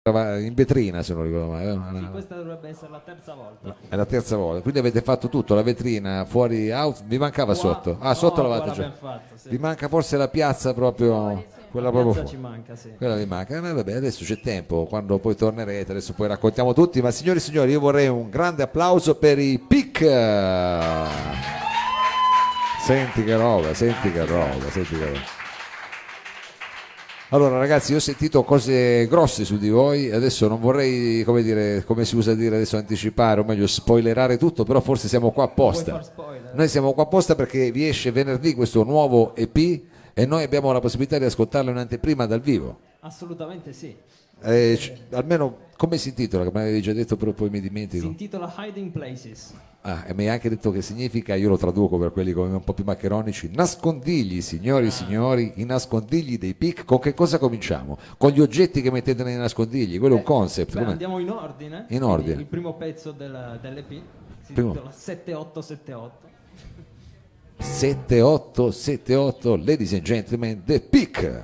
in vetrina, se non ricordo male. Sì, questa dovrebbe essere la terza volta. È la terza volta, quindi avete fatto tutto, la vetrina, fuori out, vi mancava Qua- sotto? Ah, no, sotto qua l'avete già. l'abbiamo fatta, sì. Vi manca forse la piazza proprio, quella La proprio piazza fuori. ci manca, sì. Quella vi manca. Vabbè, adesso c'è tempo, quando poi tornerete, adesso poi raccontiamo tutti, ma signori e signori, io vorrei un grande applauso per i PIC. Senti che roba, senti che roba, senti che roba. Allora ragazzi, io ho sentito cose grosse su di voi, adesso non vorrei, come dire, come si usa dire adesso, anticipare, o meglio spoilerare tutto, però forse siamo qua Vuoi apposta. far spoiler? Noi siamo qua apposta perché vi esce venerdì questo nuovo EP e noi abbiamo la possibilità di ascoltarlo in anteprima dal vivo. Assolutamente sì. Almeno come si intitola, che mi avevi già detto però poi mi Si dimentico. intitola Hiding Places. Ah, e mi hai anche detto che significa, io lo traduco per quelli come un po' più maccheronici, nascondigli, signori e signori, i nascondigli dei PIC. Con che cosa cominciamo? Con gli oggetti che mettete nei nascondigli, quello è un concept. Beh, com'è? andiamo in ordine. In Quindi ordine. il primo pezzo dell'EP si Primo. intitola 7878. 7878, ladies and gentlemen, the PIC.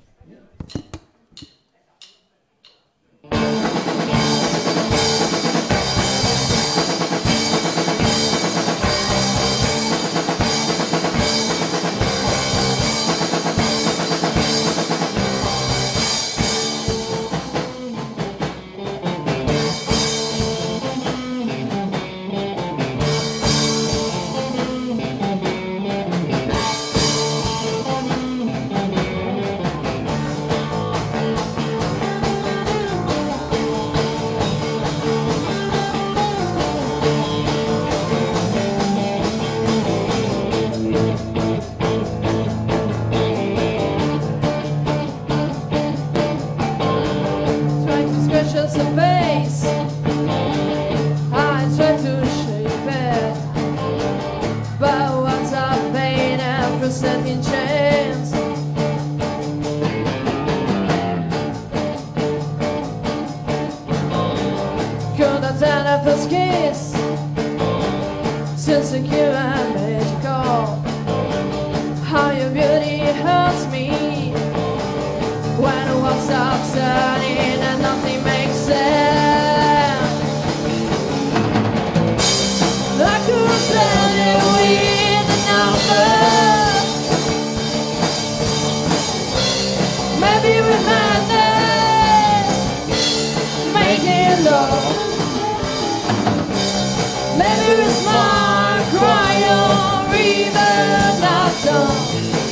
Trying to scratch us a face. I try to shape it, but what's our pain after setting chains? Could I turn up a kiss? So secure and magical. How your beauty hurts me. When the world stops turning and nothing makes sense, I could tell you with a number. Maybe we manage making love. Maybe we smile, cry, or even not done.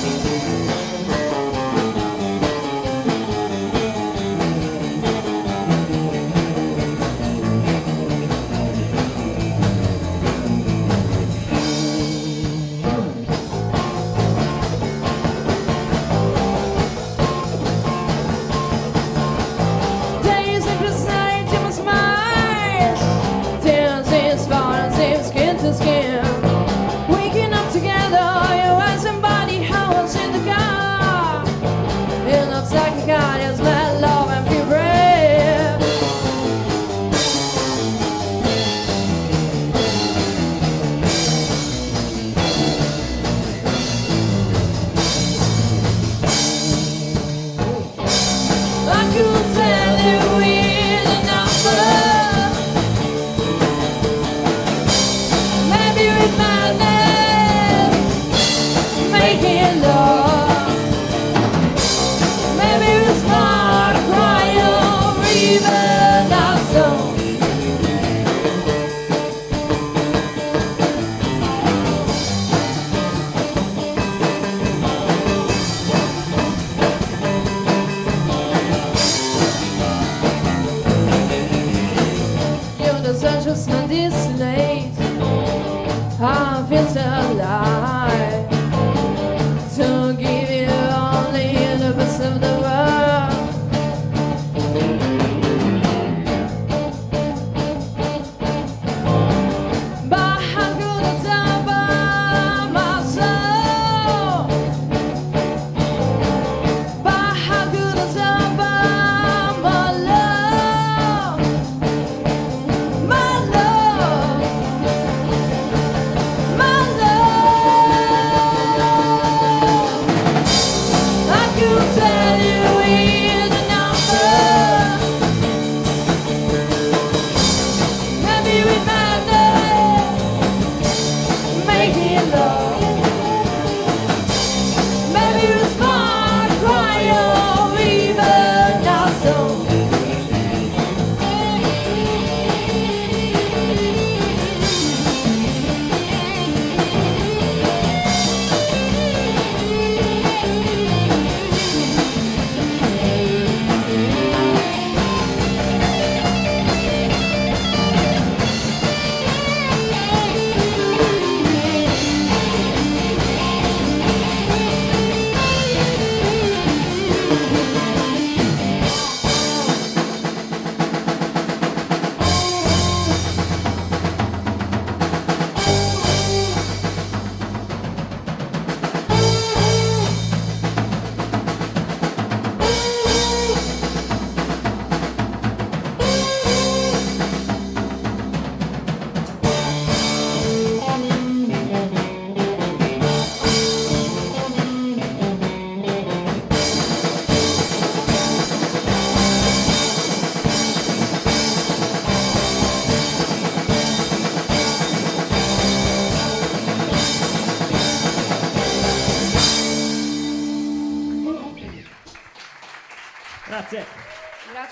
Days in the night, you must smile. Tears in spawns, in skin to skin.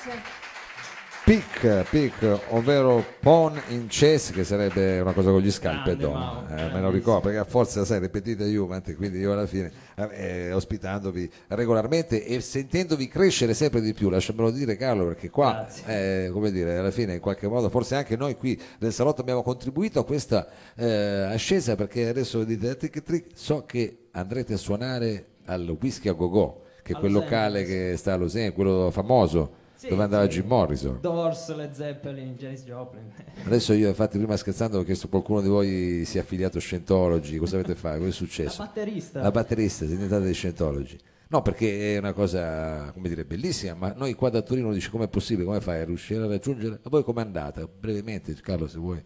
Grazie. Pick, ovvero pawn in chess, che sarebbe una cosa con gli scalpi, Grande, Mao, me lo grandissimo. ricordo, perché a forza, sai, ripetite Juventus, quindi io alla fine, ospitandovi regolarmente e sentendovi crescere sempre di più, lasciamelo dire Carlo, perché qua, come dire, alla fine in qualche modo, forse anche noi qui nel salotto abbiamo contribuito a questa ascesa, perché adesso dite trick trick, so che andrete a suonare al Whisky a Go-Go, che è A quel Los locale Angeles. che sta a Los Angeles, quello famoso, Sì, dove andava sì. Jim Morrison. Doors, Led Zeppelin, Janis Joplin. Adesso io infatti prima scherzando ho chiesto a qualcuno di voi si è affiliato a Scientology, cosa avete fatto? Cosa è La successo? batterista. La batterista, siete diventati dei Scientology. No, perché è una cosa, come dire, bellissima, ma noi qua da Torino dice com'è possibile, come fai a riuscire a raggiungere? Ma voi com'è andata? Brevemente, Carlo, se vuoi.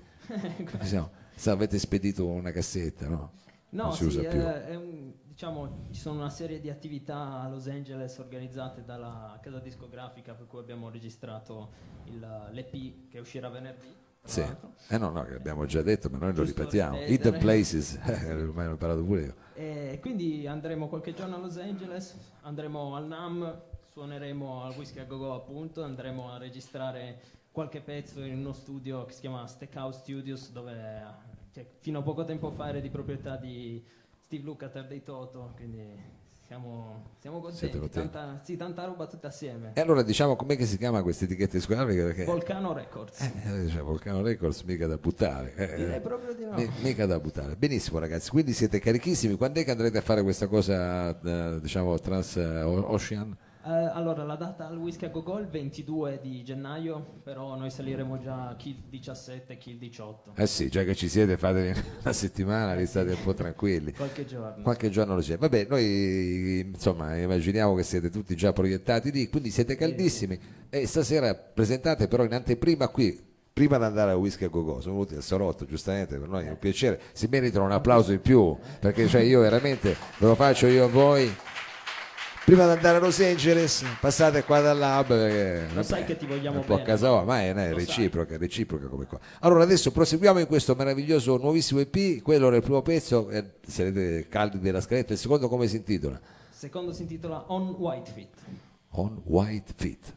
Se avete spedito una cassetta, no? No, Non si sì, usa più. diciamo, ci sono una serie di attività a Los Angeles organizzate dalla casa discografica per cui abbiamo registrato l'EP che uscirà venerdì. tra Sì. l'altro. No, che abbiamo già detto, ma noi lo Giusto ripetiamo. ripetere. Hidden Places, ormai l'ho imparato pure io. E quindi andremo qualche giorno a Los Angeles, andremo al NAM, suoneremo al Whisky a Go-Go appunto, andremo a registrare qualche pezzo in uno studio che si chiama Steakhouse Studios, dove fino a poco tempo fa era di proprietà di Steve Lukather dei Toto, quindi siamo Siete contenti, contenti? tanta roba tutta assieme. E allora diciamo com'è che si chiama questa etichetta discografica? Perché Volcano Records. cioè, Volcano Records mica da buttare. Direi proprio di no. Mica da buttare. Benissimo ragazzi, quindi siete carichissimi. Quando è che andrete a fare questa cosa, diciamo, trans-ocean? Allora, la data al Whisky a Go-Go è il 22 di gennaio, però noi saliremo già chi il 17, chi il 18. Eh sì, già che ci siete, fatevi una settimana, vi state un po' tranquilli. Qualche giorno. Qualche giorno lo c'è. Vabbè, noi insomma immaginiamo che siete tutti già proiettati lì, quindi siete caldissimi. E stasera presentate però in anteprima qui. Prima di andare a Whisky a Go-Go, sono venuti al salotto, giustamente per noi è un piacere, si meritano un applauso in più, perché cioè io veramente ve lo faccio io a voi. Prima di andare a Los Angeles, passate qua dal lab perché Lo sai che ti vogliamo un po' a bene. casa, ma è Lo reciproca come qua. Allora adesso proseguiamo in questo meraviglioso nuovissimo EP, quello era il primo pezzo, sarete caldi della scaletta, il secondo come si intitola? Il secondo si intitola On White Feet. On White Feet.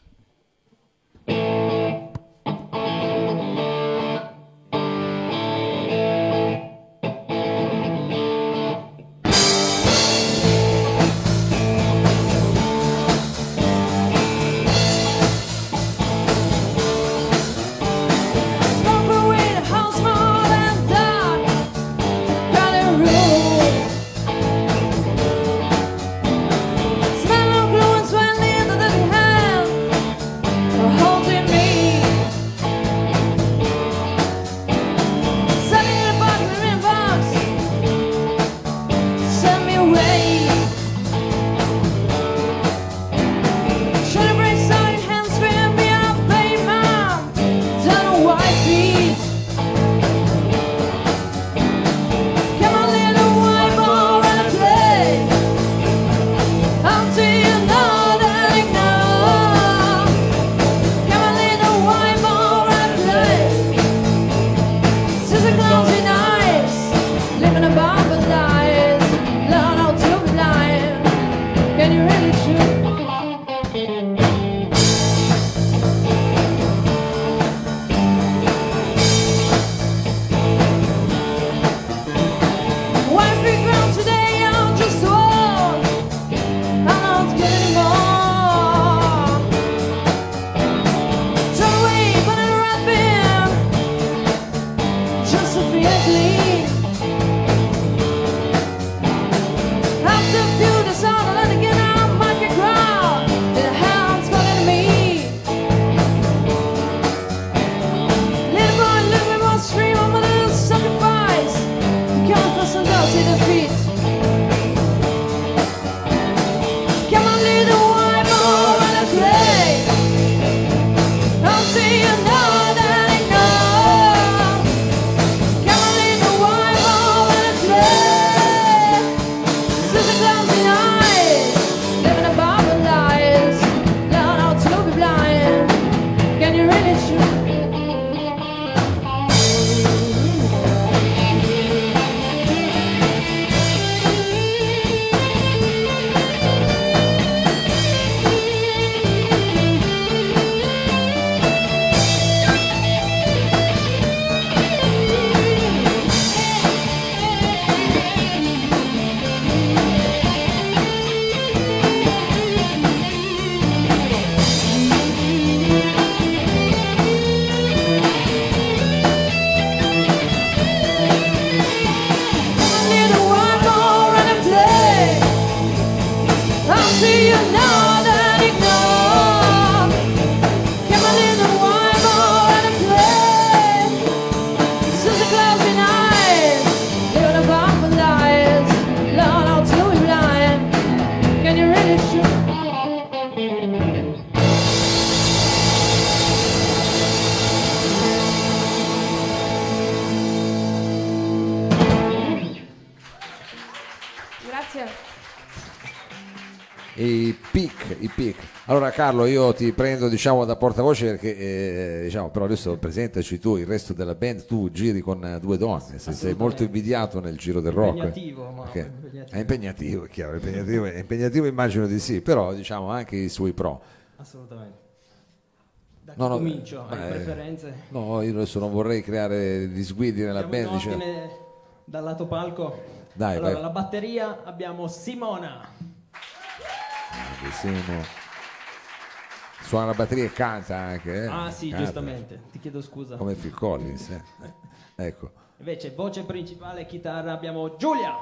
Smoke away the house small and dark. Got a room. Smell of glue and sweat in the dirty hand. Holding me. Sending in a box in a box. Send me away. Should have braced on your hands, scream me up, baby, mom. Down on white feet. Come on, little white ball and play. Until you know that I know. Come on, little white ball and play. Sister close your eyes, living above the lies. Learn how to be blind. Can you really shoot? White feet ground today, I'm just old. I'm not getting more. Turn away, put it right there. Just to feel clean. After a few days on, I let it get out, might get crowd. The hound's calling me. Little boy, little more stream of my little sacrifice. Come for some dirty defeat. Come on, little white boy, wanna play? Until you know that I know. Come on, little white boy, wanna play? Sister closing eyes, living above the lies. Learn how to be blind. Can you really shoot? i pic. Allora Carlo, io ti prendo diciamo da portavoce perché diciamo, però adesso presentaci tu il resto della band, tu giri con due donne, sei molto invidiato nel giro del rock. Impegnativo, ma Perché impegnativo. è impegnativo, è chiaro, è impegnativo immagino di sì, però diciamo anche i suoi pro. Assolutamente. Da chi No, no, comincio? Hai beh, preferenze? No, io adesso non vorrei creare disguidi nella Abbiamo in band. Diciamo. ordine dal lato palco. Dai, allora, vai. la batteria abbiamo Simona. Suona la batteria e canta anche. Ah sì, Canta. giustamente, ti chiedo scusa. Come Phil Collins. Ecco. Invece voce principale, chitarra, abbiamo Giulia.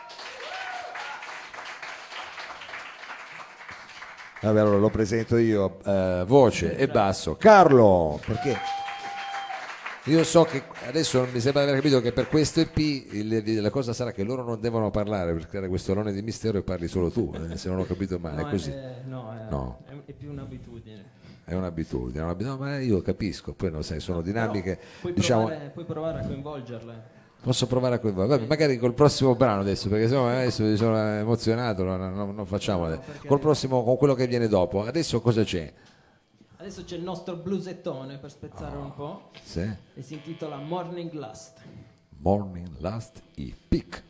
Vabbè, allora lo presento io, voce e basso. Carlo, perché io so che adesso mi sembra di aver capito che per questo EP la cosa sarà che loro non devono parlare per creare questo alone di mistero e parli solo tu, se non ho capito male, No, è così. no, è più un'abitudine. È un'abitudine, no, ma io capisco, poi non sai, sono dinamiche, Puoi, diciamo, puoi provare a coinvolgerle. posso provare a coinvolgere, magari col prossimo brano adesso, perché se no adesso mi sono emozionato, non facciamo adesso. Col prossimo, con quello che viene dopo, adesso cosa c'è? Adesso c'è il nostro bluesettone per spezzare un po'. Sì. E si intitola Morning Lust. Morning Last i Pic.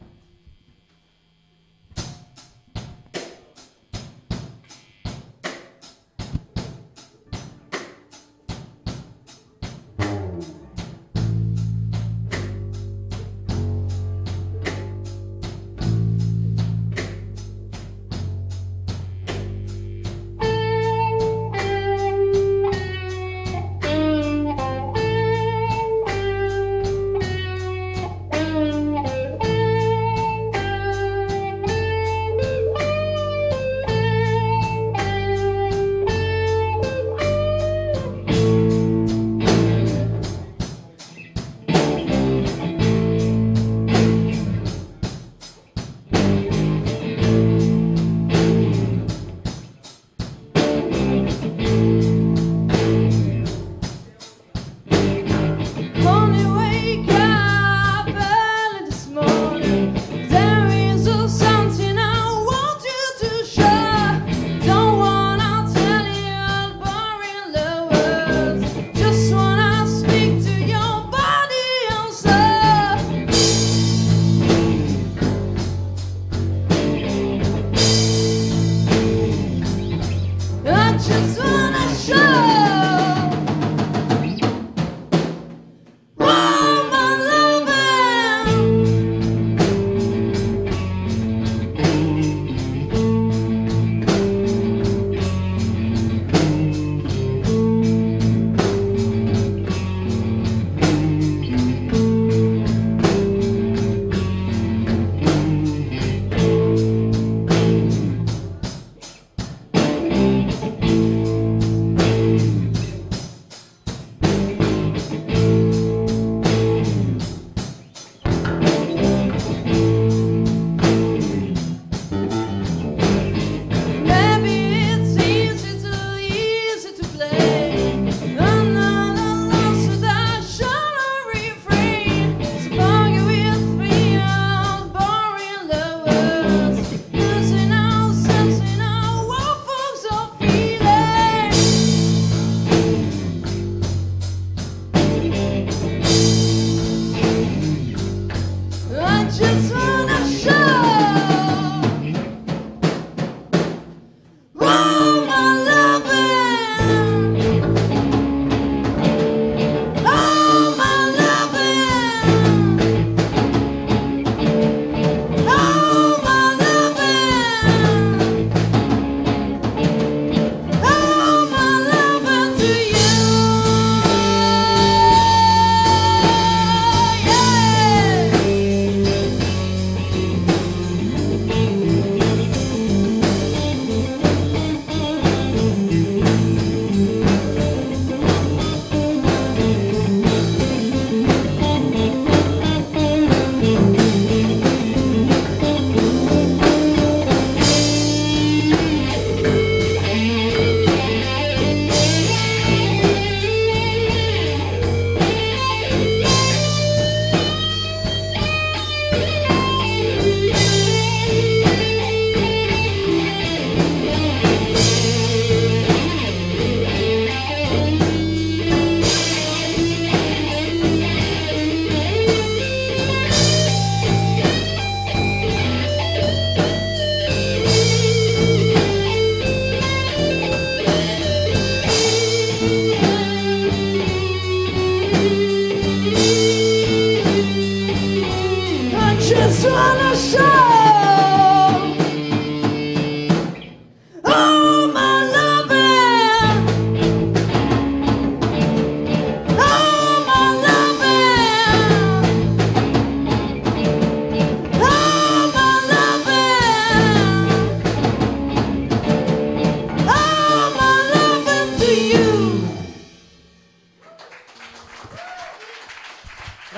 Thank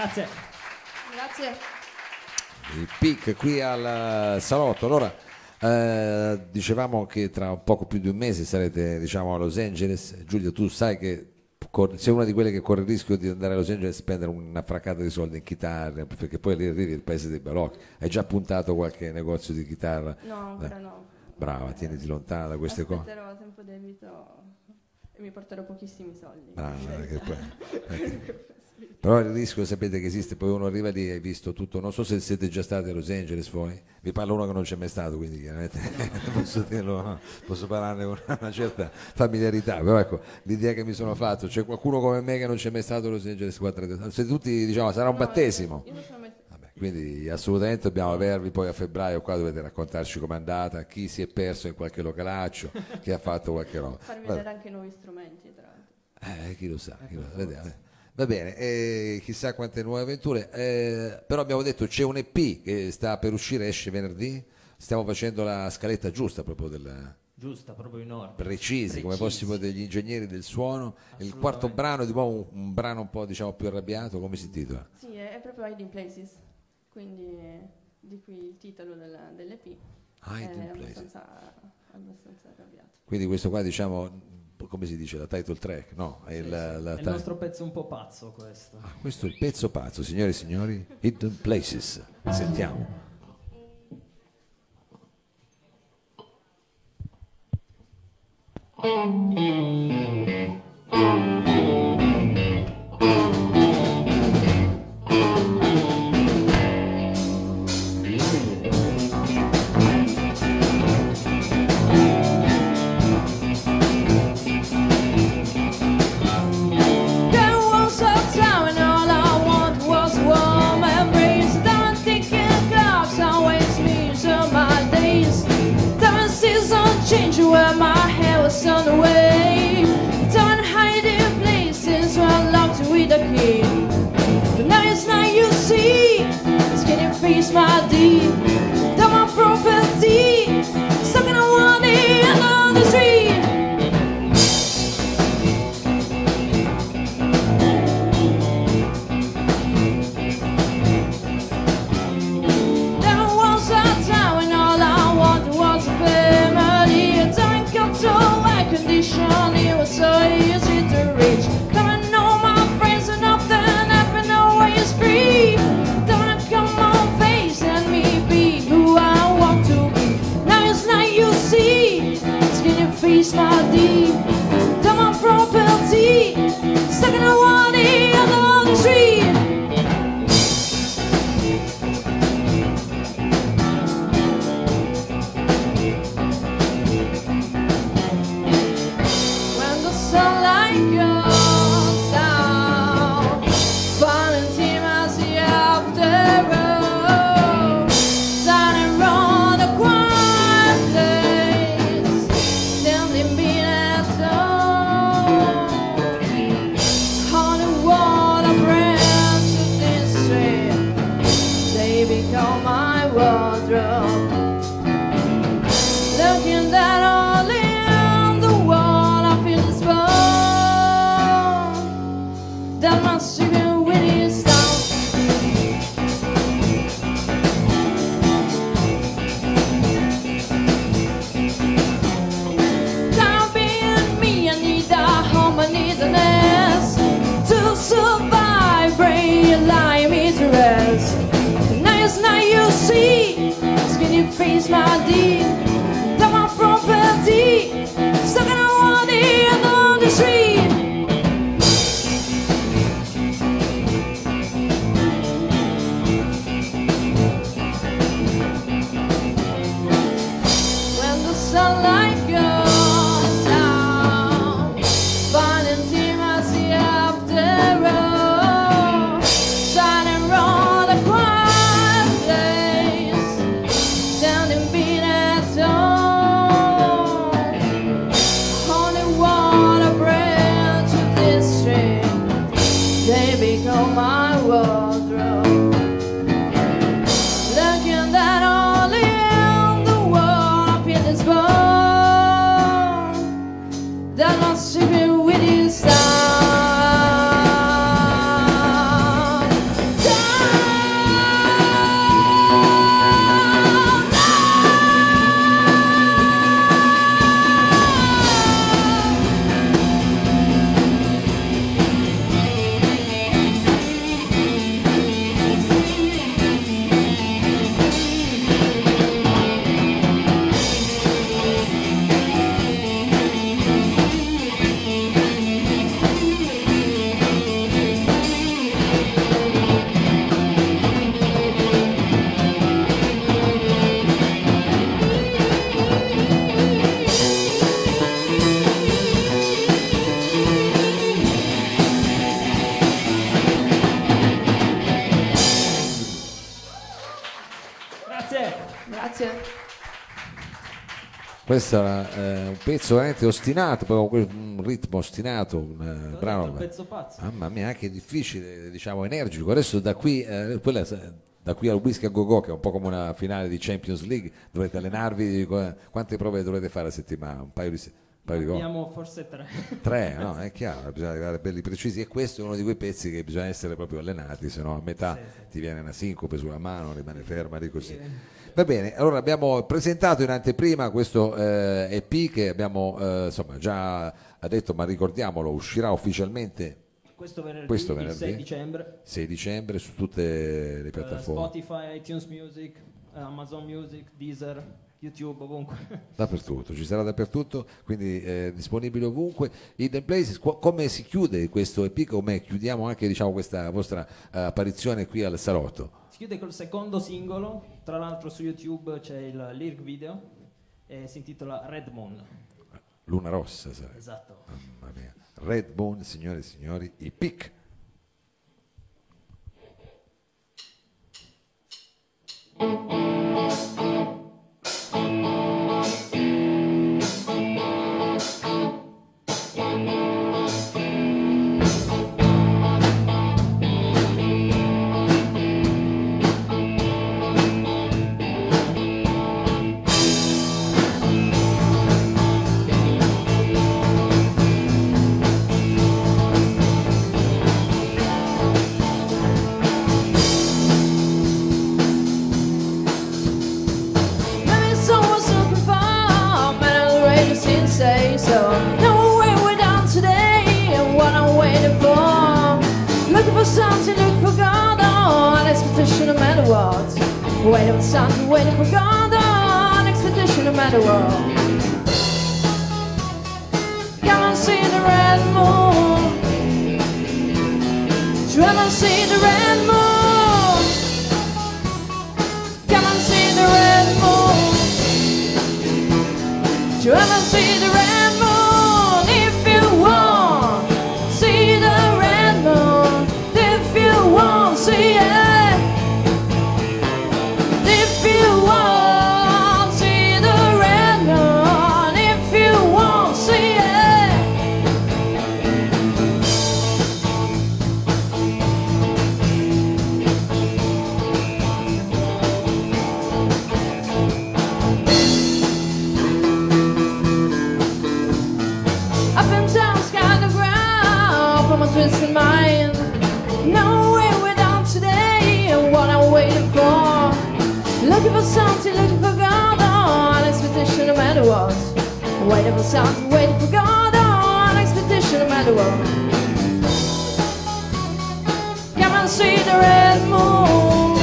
Grazie. Grazie. I PIC qui al salotto. Allora, dicevamo che tra un poco più di un mese sarete, diciamo, a Los Angeles. Giulio, tu sai che sei una di quelle che corre il rischio di andare a Los Angeles e spendere una fraccata di soldi in chitarre, perché poi lì arrivi il paese dei balocchi. Hai già puntato qualche negozio di chitarra? No, ancora no. Brava, tieniti lontana da queste cose. Aspetterò a tempo debito e mi porterò pochissimi soldi. Brava, che poi- Però il rischio sapete che esiste, poi uno arriva lì e hai visto tutto, non so se siete già stati a Los Angeles voi, vi parla uno che non c'è mai stato, quindi chiaramente posso dirlo, no? Posso parlarne con una certa familiarità, però ecco, l'idea che mi sono fatto, c'è qualcuno come me che non c'è mai stato a Los Angeles 4, se tutti diciamo sarà un battesimo. Io non sono mai... Vabbè, quindi assolutamente dobbiamo avervi poi a febbraio qua, dovete raccontarci com'è andata, chi si è perso in qualche localaccio, chi ha fatto qualche roba. farmi vedere anche nuovi strumenti, tra l'altro. Chi lo sa, vediamo. Va bene, chissà quante nuove avventure, però abbiamo detto c'è un EP che sta per uscire, esce venerdì, stiamo facendo la scaletta giusta proprio Giusta, proprio in ordine. precisi, come fossimo degli ingegneri del suono. Il quarto brano è di nuovo un brano un po' diciamo più arrabbiato, come si intitola? Sì, è proprio Hiding Places, quindi di qui il titolo dell'EP. Hiding È Places. abbastanza arrabbiato. Quindi questo qua diciamo, come si dice, la title track, no? È Sì, il, sì. la È il nostro pezzo un po' pazzo questo. questo è il pezzo pazzo, signore e signori, Hidden Places, sentiamo. There was a time when all I wanted was a warm embrace. Don't think clocks always means of my days. Time seasons change where my hair was on the way. Don't hide in places where I locked with a key. The nice night you see, skinny face my deed. Done my property, stuck in a one day on the street. There was a time when all I wanted was a family. A time control, air condition, it was so easy to reach. Don't I know my friends and nothing happened, always free. Don't I come on face and me be who I want to be. Now it's night you see, skinny face my deep. Done my property, stuck in a one on the street. When the sunlight goes down, finding as the after road, standing round a quiet place, standing being at home. On the water branch of this street, they become my wardrobe. Looking that all in the wall, I feel this bone that must have been when it's down. Down being me, I need a home, I need a nest to survive, rely me to rest. The nice night you see, skinny face my deed. Done my property, stuck in a one day on the street. When the sunlight goes down, finding team as the after road, shining round a quiet place, standing being at home. Only water branch of this street, they become my wardrobe. Looking that all in the world, I feel this bone that must have been with you down. Grazie. Questo era un pezzo veramente ostinato, proprio un ritmo ostinato, un brano. Un pezzo pazzo. Mamma mia, anche difficile, diciamo energico. Adesso da qui, da qui al Whisky a Go-Go, che è un po' come una finale di Champions League, dovete allenarvi. Quante prove dovete fare a settimana? Un paio di gol? Abbiamo forse 3. 3, no? È chiaro, bisogna arrivare belli precisi. E questo è uno di quei pezzi che bisogna essere proprio allenati, se no a metà ti viene una sincope sulla mano, rimane ferma lì così. Va bene, allora abbiamo presentato in anteprima questo EP che abbiamo insomma già detto, ma ricordiamolo, uscirà ufficialmente Questo venerdì, il 6 dicembre. 6 dicembre su tutte le piattaforme. Spotify, iTunes Music, Amazon Music, Deezer, YouTube, ovunque. Dappertutto, ci sarà dappertutto, quindi disponibile ovunque. Hidden Places, come si chiude questo EP, come chiudiamo anche diciamo, questa vostra apparizione qui al Salotto? Si chiude col secondo singolo, tra l'altro su YouTube c'è il lyric video e si intitola Red Moon. Luna rossa, sai. Esatto. Mamma mia. Red Moon, signore e signori, i Pick. Maybe someone's looking for mental rages in say so. No way we're down today, and what I'm waiting for. Looking for something, looking for God on expedition no matter what. Waiting for something, waiting for God on expedition no matter what. Come and see the red moon. Come and see the red moon. Come and see the red moon. Come and see the red moon if you want. See the red moon if you want. See it. If you want, see the red moon if you want. See it. Up and down, sky to ground, from a twisted mind. No way we're down today, and what I'm waiting for. Looking for something, looking for God on expedition no matter what. Waiting for something, waiting for God on expedition no matter what. Come and see the red moon.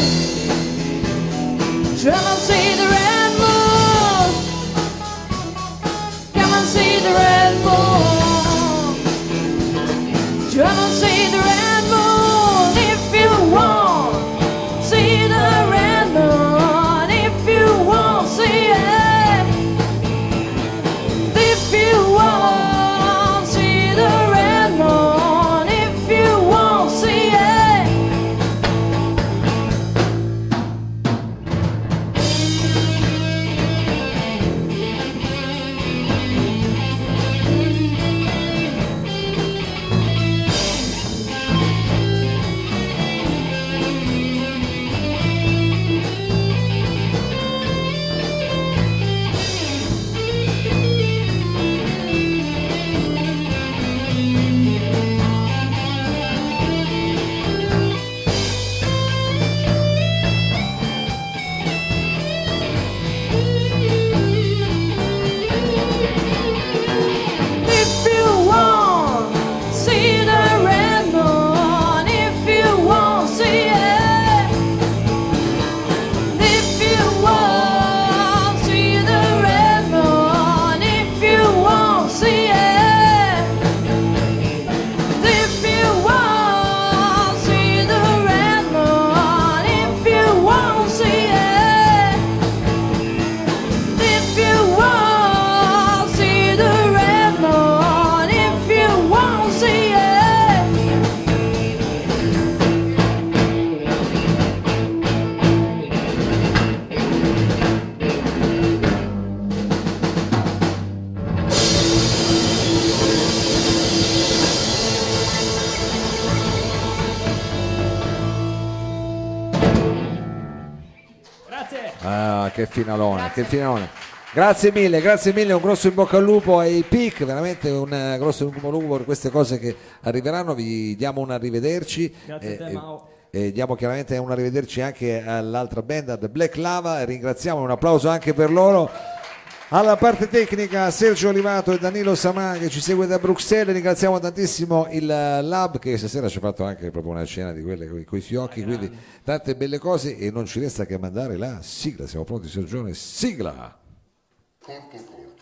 Come and see the red moon. Come and see the red moon. Come and see the red moon if you want. See the red moon if you want. See it. If you want, see the red moon if you want. See it. che finalone, che finalone. Grazie mille, un grosso in bocca al lupo ai PIC, veramente un grosso in bocca al lupo per queste cose che arriveranno, vi diamo un arrivederci. Grazie a te, Mao. E diamo chiaramente un arrivederci anche all'altra band, The Black Lava, e ringraziamo, un applauso anche per loro. Alla parte tecnica Sergio Olivato e Danilo Samà che ci segue da Bruxelles, ringraziamo tantissimo il Lab che stasera ci ha fatto anche proprio una scena di quelle con i fiocchi, quindi tante belle cose e non ci resta che mandare la sigla, siamo pronti Sergione, sigla! Corto corto.